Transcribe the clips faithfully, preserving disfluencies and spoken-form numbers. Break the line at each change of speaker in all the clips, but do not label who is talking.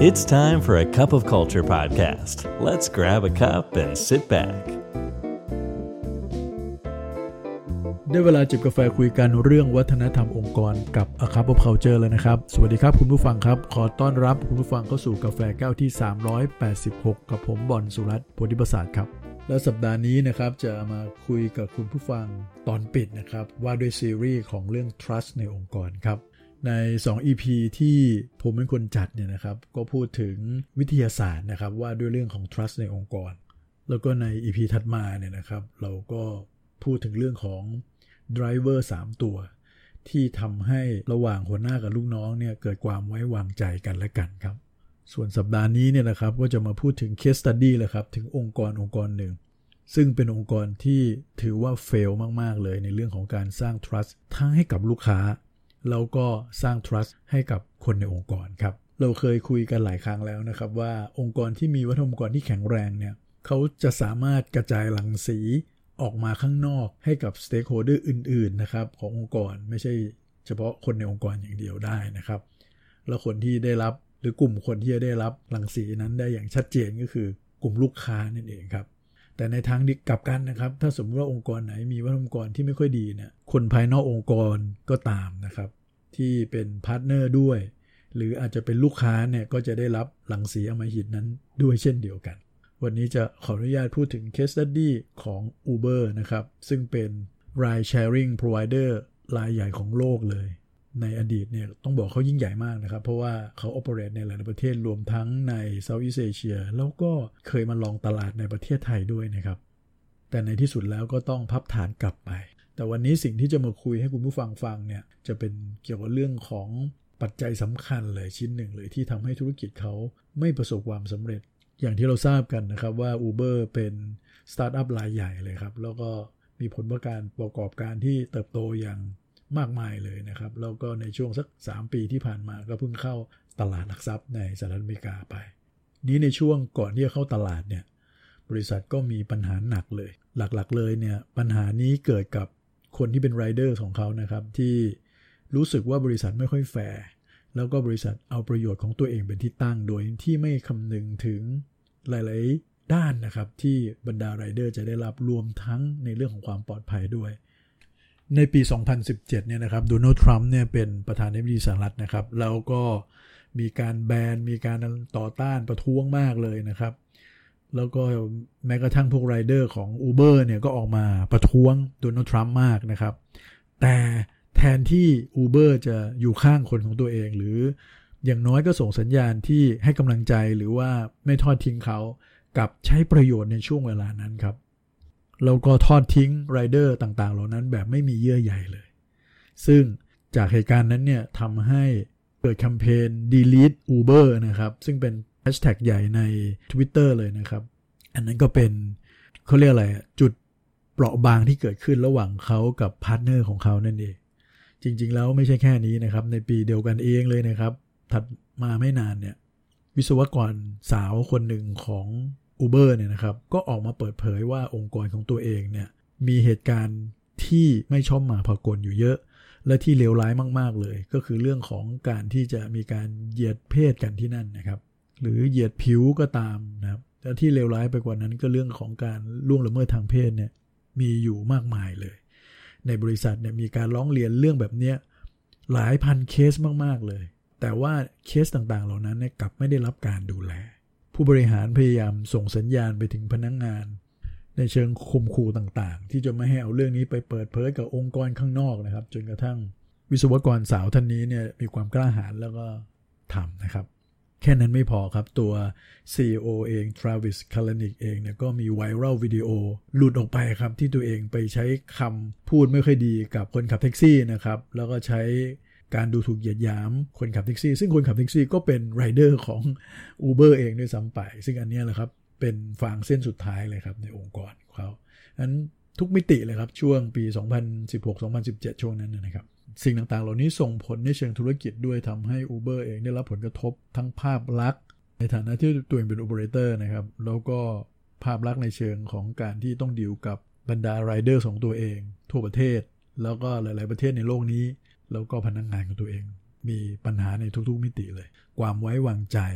It's time for a cup of culture podcast. Let's grab a cup and sit back.
ได้เวลาจิบกาแฟคุยกันเรื่องวัฒนธรรมองค์กรกับ A Cup of Culture แล้วนะครับสวัสดีครับคุณผู้ฟังครับขอต้อนรับคุณผู้ฟังเข้าสู่กาแฟแก้วที่สามร้อยแปดสิบหกกับผมบอลสุรัตน์โพธิประสาทครับและสัปดาห์นี้นะครับจะมาคุยกับคุณผู้ฟังตอนปิดนะครับว่าด้วยซีรีส์ของเรื่อง Trust ในองค์กรครับในสอง อี พี ที่ผมเป็นคนจัดเนี่ยนะครับก็พูดถึงวิทยาศาสตร์นะครับว่าด้วยเรื่องของ Trust ในองค์กรแล้วก็ใน อี พี ถัดมาเนี่ยนะครับเราก็พูดถึงเรื่องของ driver สามตัวที่ทำให้ระหว่างหัวหน้ากับลูกน้องเนี่ยเกิดความไว้วางใจกันและกันครับส่วนสัปดาห์นี้เนี่ยนะครับก็จะมาพูดถึง case study เลยครับถึงองค์กรองค์กรหนึ่งซึ่งเป็นองค์กรที่ถือว่า fail มากๆเลยในเรื่องของการสร้าง trust ทั้งให้กับลูกค้าแล้วก็สร้าง trust ให้กับคนในองค์กรครับเราเคยคุยกันหลายครั้งแล้วนะครับว่าองค์กรที่มีวัฒนธรรมองค์กรที่แข็งแรงเนี่ยเขาจะสามารถกระจายรังสีออกมาข้างนอกให้กับ stakeholder อื่นๆนะครับขององค์กรไม่ใช่เฉพาะคนในองค์กรอย่างเดียวได้นะครับแล้วคนที่ได้รับหรือกลุ่มคนที่จะได้รับรังสีนั้นได้อย่างชัดเจนก็คือกลุ่มลูกค้านั่นเองครับแต่ในทางกลับกันนะครับถ้าสมมติว่าองค์กรไหนมีวัฒนธรรมองค์กรที่ไม่ค่อยดีเนี่ยคนภายนอกองค์กรก็ตามนะครับที่เป็นพาร์ทเนอร์ด้วยหรืออาจจะเป็นลูกค้าเนี่ยก็จะได้รับรังสีอำมหิตนั้นด้วยเช่นเดียวกันวันนี้จะขออนุญาตพูดถึง case study ของ Uber นะครับซึ่งเป็น ride sharing provider รายใหญ่ของโลกเลยในอดีตเนี่ยต้องบอกเขายิ่งใหญ่มากนะครับเพราะว่าเขา operate ในหลายประเทศรวมทั้งใน Southeast Asia แล้วก็เคยมาลองตลาดในประเทศไทยด้วยนะครับแต่ในที่สุดแล้วก็ต้องพับฐานกลับไปแต่วันนี้สิ่งที่จะมาคุยให้คุณผู้ฟังฟังเนี่ยจะเป็นเกี่ยวกับเรื่องของปัจจัยสำคัญเลยชิ้นหนึ่งเลยที่ทำให้ธุรกิจเขาไม่ประสบความสำเร็จอย่างที่เราทราบกันนะครับว่า Uber เป็นสตาร์ทอัพรายใหญ่เลยครับแล้วก็มีผลประการประกอบการที่เติบโตอย่างมากมายเลยนะครับแล้วก็ในช่วงสักสามปีที่ผ่านมาก็เพิ่งเข้าตลาดหลักทรัพย์ในสหรัฐอเมริกาไปนี้ในช่วงก่อนที่จะเข้าตลาดเนี่ยบริษัทก็มีปัญหาหนักเลยหลักๆเลยเนี่ยปัญหานี้เกิดกับคนที่เป็นไรเดอร์ของเขานะครับที่รู้สึกว่าบริษัทไม่ค่อยแฟร์แล้วก็บริษัทเอาประโยชน์ของตัวเองเป็นที่ตั้งโดยที่ไม่คำนึงถึงหลายๆด้านนะครับที่บรรดาไรเดอร์จะได้รับรวมทั้งในเรื่องของความปลอดภัยด้วยในปีสองพันสิบเจ็ดเนี่ยนะครับโดนัลด์ทรัมป์เนี่ยเป็นประธานาธิบดีสหรัฐนะครับแล้วก็มีการแบนมีการต่อต้านประท้วงมากเลยนะครับแล้วก็แม้กระทั่งพวกไรเดอร์ของ Uber เนี่ยก็ออกมาประท้วงโดนัลด์ทรัมป์มากนะครับแต่แทนที่ Uber จะอยู่ข้างคนของตัวเองหรืออย่างน้อยก็ส่งสัญญาณที่ให้กำลังใจหรือว่าไม่ทอดทิ้งเขากับใช้ประโยชน์ในช่วงเวลานั้นครับแล้วก็ทอดทิ้งไรเดอร์ต่างๆเหล่านั้นแบบไม่มีเยื่อใยเลยซึ่งจากเหตุการณ์นั้นเนี่ยทำให้เกิดแคมเปญ delete Uber นะครับซึ่งเป็นแฮชแท็กใหญ่ใน Twitter เลยนะครับอันนั้นก็เป็นเขาเรียกอะไรจุดเปราะบางที่เกิดขึ้นระหว่างเขากับพาร์ทเนอร์ของเขานั่นเองจริงๆแล้วไม่ใช่แค่นี้นะครับในปีเดียวกันเองเลยนะครับถัดมาไม่นานเนี่ยวิศวกรสาวคนหนึ่งของ Uber เนี่ยนะครับก็ออกมาเปิดเผยว่าองค์กรของตัวเองเนี่ยมีเหตุการณ์ที่ไม่ชอบมาพากลอยู่เยอะและที่เลวร้ายมากๆเลยก็คือเรื่องของการที่จะมีการเหยียดเพศกันที่นั่นนะครับหรือเหยียดผิวก็ตามนะครับและที่เลวร้ายไปกว่านั้นก็เรื่องของการล่วงละเมิดทางเพศเนี่ยมีอยู่มากมายเลยในบริษัทเนี่ยมีการร้องเรียนเรื่องแบบนี้หลายพันเคสมากๆเลยแต่ว่าเคสต่างๆเหล่านั้นเนี่ยกลับไม่ได้รับการดูแลผู้บริหารพยายามส่งสัญญาณไปถึงพนักงานในเชิงข่มขู่ต่างๆที่จะไม่ให้เอาเรื่องนี้ไปเปิดเผยกับองค์กรข้างนอกนะครับจนกระทั่งวิศวกรสาวท่านนี้เนี่ยมีความกล้าหาญแล้วก็ทำนะครับแค่นั้นไม่พอครับตัว ซี อี โอ เอง Travis Kalanick เองเนี่ยก็มีไวรัลวิดีโอหลุดออกไปครับที่ตัวเองไปใช้คำพูดไม่ค่อยดีกับคนขับแท็กซี่นะครับแล้วก็ใช้การดูถูกเหยียดหยามคนขับแท็กซี่ซึ่งคนขับแท็กซี่ก็เป็นไรเดอร์ของ Uber เองด้วยซ้ำไปซึ่งอันนี้แหละครับเป็นฟางเส้นสุดท้ายเลยครับในองค์กรของเขานั้นทุกมิติเลยครับช่วงปีสองพันสิบหก สองพันสิบเจ็ดช่วงนั้นนะครับสิ่งต่างๆเหล่านี้ส่งผลในเชิงธุรกิจด้วยทำให้ Uber เองได้รับผลกระทบทั้งภาพลักษณ์ในฐานะที่ตัวเองเป็น operator นะครับแล้วก็ภาพลักษณ์ในเชิงของการที่ต้องดีลกับบรรดาไรเดอร์ของตัวเองทั่วประเทศแล้วก็หลายๆประเทศในโลกนี้แล้วก็พนักงานของตัวเองมีปัญหาในทุกๆมิติเลยความไว้วางใจ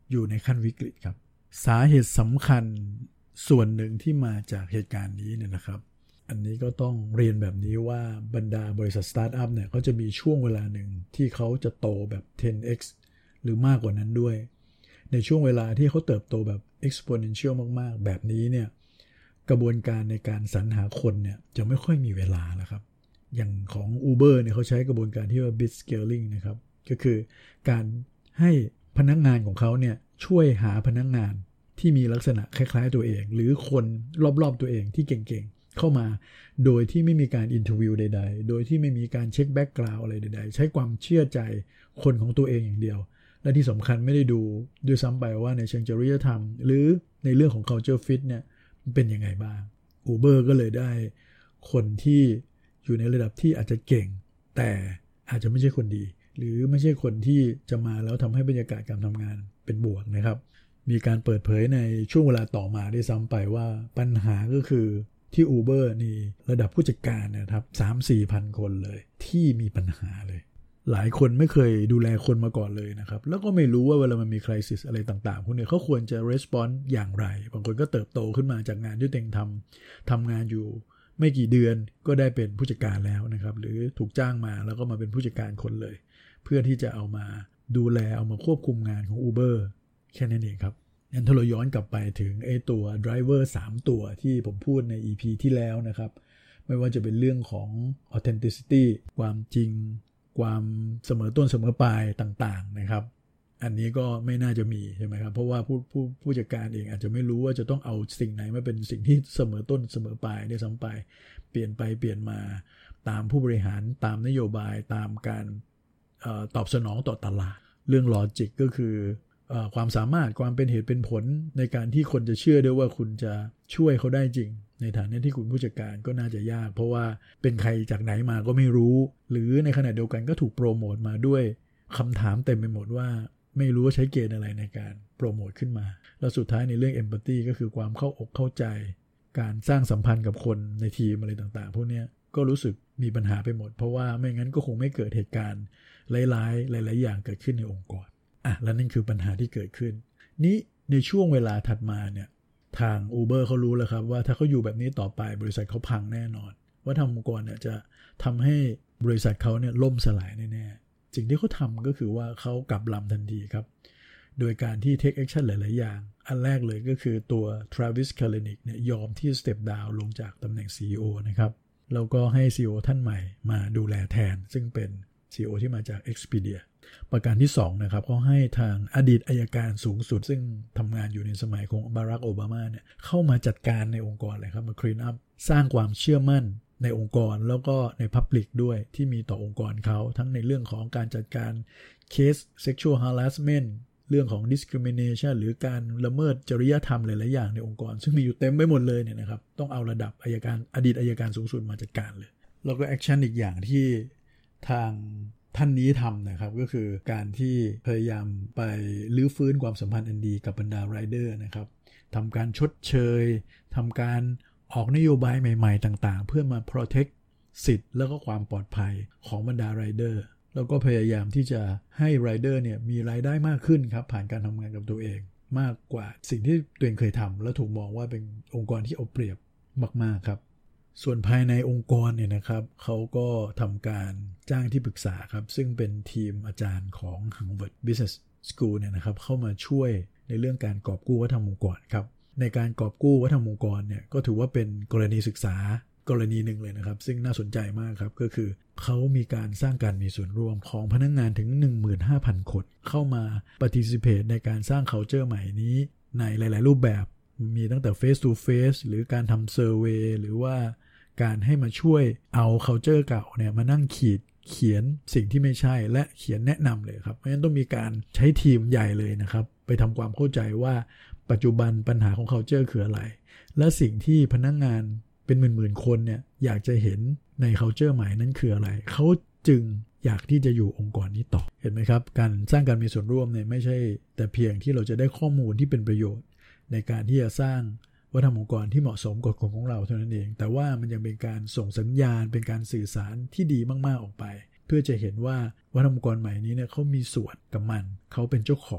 อยู่ในขั้นวิกฤตครับสาเหตุสำคัญส่วนหนึ่งที่มาจากเหตุการณ์นี้เนี่ยนะครับอันนี้ก็ต้องเรียนแบบนี้ว่าบรรดาบริษัทสตาร์ทอัพเนี่ยเขาจะมีช่วงเวลาหนึ่งที่เขาจะโตแบบ เท็น เอ็กซ์ หรือมากกว่านั้นด้วยในช่วงเวลาที่เขาเติบโตแบบ exponential มากๆแบบนี้เนี่ยกระบวนการในการสรรหาคนเนี่ยจะไม่ค่อยมีเวลาแล้วครับอย่างของ Uber เนี่ยเขาใช้กระบวนการที่ว่า bit scaling นะครับก็คือการให้พนักงานของเขาเนี่ยช่วยหาพนักงานที่มีลักษณะคล้ายๆตัวเองหรือคนรอบๆตัวเองที่เก่งๆเข้ามาโดยที่ไม่มีการอินเทอร์วิวใดๆโดยที่ไม่มีการเช็คแบ็กกราวด์อะไรใดๆใช้ความเชื่อใจคนของตัวเองอย่างเดียวและที่สำคัญไม่ได้ดูด้วยซ้ำไปว่าในเชิงจริยธรรมหรือในเรื่องของ culture fit เนี่ยเป็นยังไงบ้าง Uber ก็เลยได้คนที่อยู่ในระดับที่อาจจะเก่งแต่อาจจะไม่ใช่คนดีหรือไม่ใช่คนที่จะมาแล้วทำให้บรรยากาศการทำงานเป็นบวกนะครับมีการเปิดเผยในช่วงเวลาต่อมาได้ซ้ำไปว่าปัญหาก็คือที่ Uber นี่ระดับผู้จัดการนะครับ สามถึงสี่พัน คนเลยที่มีปัญหาเลยหลายคนไม่เคยดูแลคนมาก่อนเลยนะครับแล้วก็ไม่รู้ว่าเวลามันมี crisis อะไรต่างๆพวกนี้เขาควรจะ response อย่างไรบางคนก็เติบโตขึ้นมาจากงานที่ตัวเองทำทำงานอยู่ไม่กี่เดือนก็ได้เป็นผู้จัดการแล้วนะครับหรือถูกจ้างมาแล้วก็มาเป็นผู้จัดการคนเลยเพื่อที่จะเอามาดูแลเอามาควบคุมงานของ Uber แค่นั้นเองครับงั้นถ้าเราย้อนกลับไปถึงไอ้ตัว driver สามตัวที่ผมพูดใน อี พี ที่แล้วนะครับไม่ว่าจะเป็นเรื่องของ authenticity ความจริงความเสมอต้นเสมอปลายต่างๆนะครับอันนี้ก็ไม่น่าจะมีใช่ไหมครับเพราะว่าผู้ผู้ผู้จัดการเองอาจจะไม่รู้ว่าจะต้องเอาสิ่งไหนมาเป็นสิ่งที่เสมอต้นเสมอปลายได้ซ้ำไปเปลี่ยนไปเปลี่ยนมาตามผู้บริหารตามนโยบายตามการเอ่อตอบสนองต่อตลาดเรื่องลอจิกก็คือเอ่อความสามารถความเป็นเหตุเป็นผลในการที่คนจะเชื่อได้ว่าคุณจะช่วยเขาได้จริงในฐานะที่คุณผู้จัดการก็น่าจะยากเพราะว่าเป็นใครจากไหนมาก็ไม่รู้หรือในขณะเดียวกันก็ถูกโปรโมทมาด้วยคำถามเต็มไปหมดว่าไม่รู้ว่าใช้เกณฑ์อะไรในการโปรโมทขึ้นมาแล้วสุดท้ายในเรื่อง empathy ก็คือความเข้าอกเข้าใจการสร้างสัมพันธ์กับคนในทีมอะไรต่างๆพวกนี้ก็รู้สึกมีปัญหาไปหมดเพราะว่าไม่งั้นก็คงไม่เกิดเหตุการณ์ร้ายๆหลายๆอย่างเกิดขึ้นในองค์กรอ่ะและนั่นคือปัญหาที่เกิดขึ้นนี้ในช่วงเวลาถัดมาเนี่ยทาง Uber เขารู้แล้วครับว่าถ้าเขาอยู่แบบนี้ต่อไปบริษัทเขาพังแน่นอนว่าทางองค์กรเนี่ยจะทำให้บริษัทเขาเนี่ยล่มสลายแน่ๆสิ่งที่เขาทำก็คือว่าเขากลับลำทันทีครับโดยการที่ take action หลายๆอย่างอันแรกเลยก็คือตัว Travis Kalanick เนี่ยยอมที่ step down ลงจากตำแหน่ง ซี อี โอ นะครับแล้วก็ให้ ซี อี โอ ท่านใหม่มาดูแลแทนซึ่งเป็น ซี อี โอ ที่มาจาก Expedia ประการที่สองนะครับเขาให้ทางอดีตอัยการสูงสุดซึ่งทำงานอยู่ในสมัยของบารักโอบามาเนี่ยเข้ามาจัดการในองค์กรเลยครับมา clean up สร้างความเชื่อมั่นในองค์กรแล้วก็ใน Public ด้วยที่มีต่อองค์กรเขาทั้งในเรื่องของการจัดการเคส sexual harassment เรื่องของ discrimination หรือการละเมิดจริยธรรมหลายๆอย่างในองค์กรซึ่งมีอยู่เต็มไปหมดเลยเนี่ยนะครับต้องเอาระดับอัยการอดีตอัยการสูงสุดมาจัดการเลยแล้วก็แอคชั่นอีกอย่างที่ทางท่านนี้ทำนะครับก็คือการที่พยายามไปลื้อฟื้นความสัมพันธ์อันดีกับบรรดาไรเดอร์นะครับทำการชดเชยทำการออกนโยบายใหม่ๆต่างๆเพื่อมา protect สิทธิ์แล้วก็ความปลอดภัยของบรรดาไรเดอร์แล้วก็พยายามที่จะให้ไรเดอร์เนี่ยมีรายได้มากขึ้นครับผ่านการทำงานกับตัวเองมากกว่าสิ่งที่ตัวเองเคยทำและถูกมองว่าเป็นองค์กรที่เอาเปรียบมากๆครับส่วนภายในองค์กรเนี่ยนะครับเขาก็ทำการจ้างที่ปรึกษาครับซึ่งเป็นทีมอาจารย์ของ Harvard Business School เนี่ยนะครับเข้ามาช่วยในเรื่องการกอบกู้วัฒนธรรมองค์กรครับในการกอบกู้วัฒนธรรมองค์กรเนี่ยก็ถือว่าเป็นกรณีศึกษากรณีหนึ่งเลยนะครับซึ่งน่าสนใจมากครับก็คือเขามีการสร้างการมีส่วนร่วมของพนักงานถึง หนึ่งหมื่นห้าพัน คนเข้ามา participate ในการสร้าง culture ใหม่นี้ในหลายๆรูปแบบมีตั้งแต่ face to face หรือการทำ survey หรือว่าการให้มาช่วยเอา culture เก่าเนี่ยมานั่งขีดเขียนสิ่งที่ไม่ใช่และเขียนแนะนำเลยครับเพราะฉะนั้นต้องมีการใช้ทีมใหญ่เลยนะครับไปทำความเข้าใจว่าปัจจุบันปัญหาของ culture คืออะไรและสิ่งที่พนักงานเป็นหมื่นๆคนเนี่ยอยากจะเห็นใน culture ใหม่นั้นคืออะไรเขาจึงอยากที่จะอยู่องค์กรนี้ต่อเห็นไหมครับการสร้างการมีส่วนร่วมเนี่ยไม่ใช่แต่เพียงที่เราจะได้ข้อมูลที่เป็นประโยชน์ในการที่จะสร้างวัฒนธรรมองค์กรที่เหมาะสมกับคนของเราเท่านั้นเองแต่ว่ามันยังเป็นการส่งสัญญาณเป็นการสื่อสารที่ดีมากๆออกไปเพื่อจะเห็นว่าวัฒนธรรมองค์กรใหม่นี้เนี่ยเขามีส่วนกับมันเขาเป็นเจ้าของมัน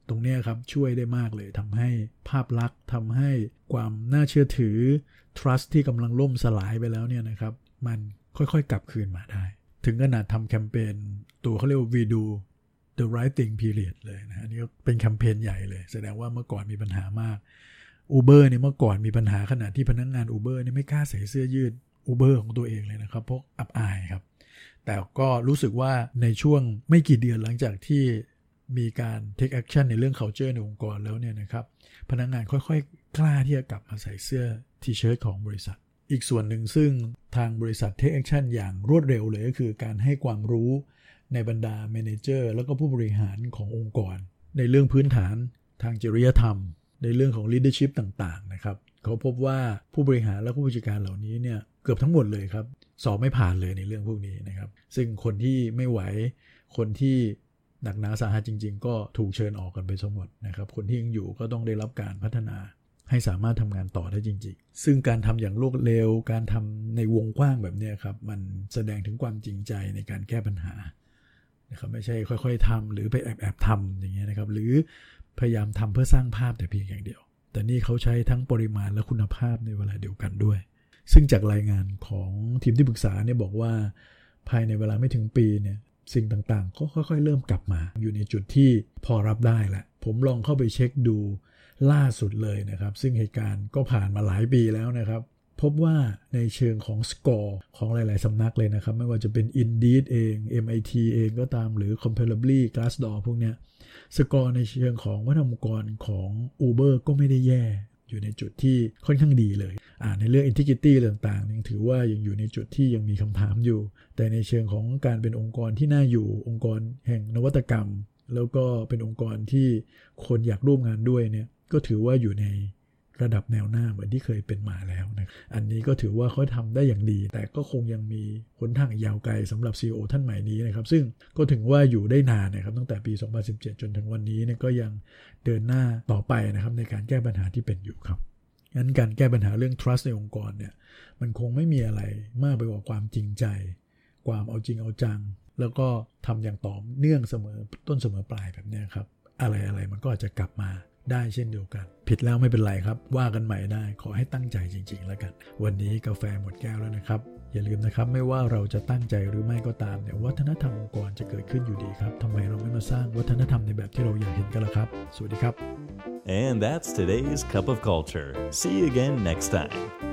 ตรงนี้ครับช่วยได้มากเลยทำให้ภาพลักษณ์ทำให้ความน่าเชื่อถือ trust ที่กำลังล่มสลายไปแล้วเนี่ยนะครับมันค่อยๆกลับคืนมาได้ถึงขนาดทำแคมเปญตัวเขาเรียกว่า We Do the right thing period เลยนะอันนี้ก็เป็นแคมเปญใหญ่เลยแสดงว่าเมื่อก่อนมีปัญหามาก Uber เนี่ยเมื่อก่อนมีปัญหาขนาดที่พนักงาน Uber เนี่ยไม่กล้าใส่เสื้อยืด Uber ของตัวเองเลยนะครับเพราะอับอายครับแต่ก็รู้สึกว่าในช่วงไม่กี่เดือนหลังจากที่มีการ take action ในเรื่อง culture ในองค์กรแล้วเนี่ยนะครับพนักงานค่อยๆกล้าที่จะกลับมาใส่เสื้อ T-shirt ของบริษัทอีกส่วนหนึ่งซึ่งทางบริษัท take action อย่างรวดเร็วเลยก็คือการให้ความรู้ในบรรดา manager แล้วก็ผู้บริหารขององค์กรในเรื่องพื้นฐานทางจริยธรรมในเรื่องของ leadership ต่างๆนะครับเขาพบว่าผู้บริหารและผู้จัดการเหล่านี้เนี่ยเกือบทั้งหมดเลยครับสอบไม่ผ่านเลยในเรื่องพวกนี้นะครับซึ่งคนที่ไม่ไหวคนที่หนักหนาสาหัสจริงๆก็ถูกเชิญออกกันไปทั้งหมดนะครับคนที่ยังอยู่ก็ต้องได้รับการพัฒนาให้สามารถทำงานต่อได้จริงๆซึ่งการทำอย่างรวดเร็วการทำในวงกว้างแบบนี้ครับมันแสดงถึงความจริงใจในการแก้ปัญหานะครับไม่ใช่ค่อยๆทำหรือไปแอบๆทำอย่างเงี้ยนะครับหรือพยายามทำเพื่อสร้างภาพแต่เพียงอย่างเดียวแต่นี่เขาใช้ทั้งปริมาณและคุณภาพในเวลาเดียวกันด้วยซึ่งจากรายงานของทีมที่ปรึกษาเนี่ยบอกว่าภายในเวลาไม่ถึงปีเนี่ยสิ่งต่างๆก็ค่อยๆเริ่มกลับมาอยู่ในจุดที่พอรับได้แล้วผมลองเข้าไปเช็คดูล่าสุดเลยนะครับซึ่งเหตุการณ์ก็ผ่านมาหลายปีแล้วนะครับพบว่าในเชิงของสกอร์ของหลายๆสำนักเลยนะครับไม่ว่าจะเป็น Indeed เอง เอ็ม ไอ ที เองก็ตามหรือ Comparably Glassdoor พวกเนี้ยสกอร์ในเชิงของวัฒนธรรมองค์กรของ Uber ก็ไม่ได้แย่อยู่ในจุดที่ค่อนข้างดีเลยอ่าในเรื่อง integrity ต่างๆยังถือว่ายังอยู่ในจุดที่ยังมีคำถามอยู่แต่ในเชิงของการเป็นองค์กรที่น่าอยู่องค์กรแห่งนวัตกรรมแล้วก็เป็นองค์กรที่คนอยากร่วมงานด้วยเนี่ยก็ถือว่าอยู่ในระดับแนวหน้าเหมือนที่เคยเป็นมาแล้วนะอันนี้ก็ถือว่าเขาทำได้อย่างดีแต่ก็คงยังมีหนทางยาวไกลสำหรับ ซี อี โอ ท่านใหม่นี้นะครับซึ่งก็ถึงว่าอยู่ได้นานนะครับตั้งแต่ปีสองพันสิบเจ็ดจนถึงวันนี้เนี่ยก็ยังเดินหน้าต่อไปนะครับในการแก้ปัญหาที่เป็นอยู่ครับงั้นการแก้ปัญหาเรื่อง trust ในองค์กรเนี่ยมันคงไม่มีอะไรมากไปกว่าความจริงใจความเอาจริงเอาจังแล้วก็ทำอย่างต่อเนื่องเสมอต้นเสมอปลายแบบนี้ครับอะไรอะไรมันก็อาจจะกลับมาได้เช่นเดียวกันผิดแล้วไม่เป็นไรครับว่ากันใหม่ได้ขอให้ตั้งใจจริงๆแล้วกันวันนี้กาแฟหมดแก้วแล้วนะครับอย่าลืมนะครับไม่ว่าเราจะตั้งใจหรือไม่ก็ตามเนี่ยวัฒนธรรมองค์กรจะเกิดขึ้นอยู่ดีครับทำไมเราไม่มาสร้างวัฒนธรรมในแบบที่เราอยากเห็นกันล่ะครับสวัสดีครับ
And that's today's Cup of Culture. See you again next time.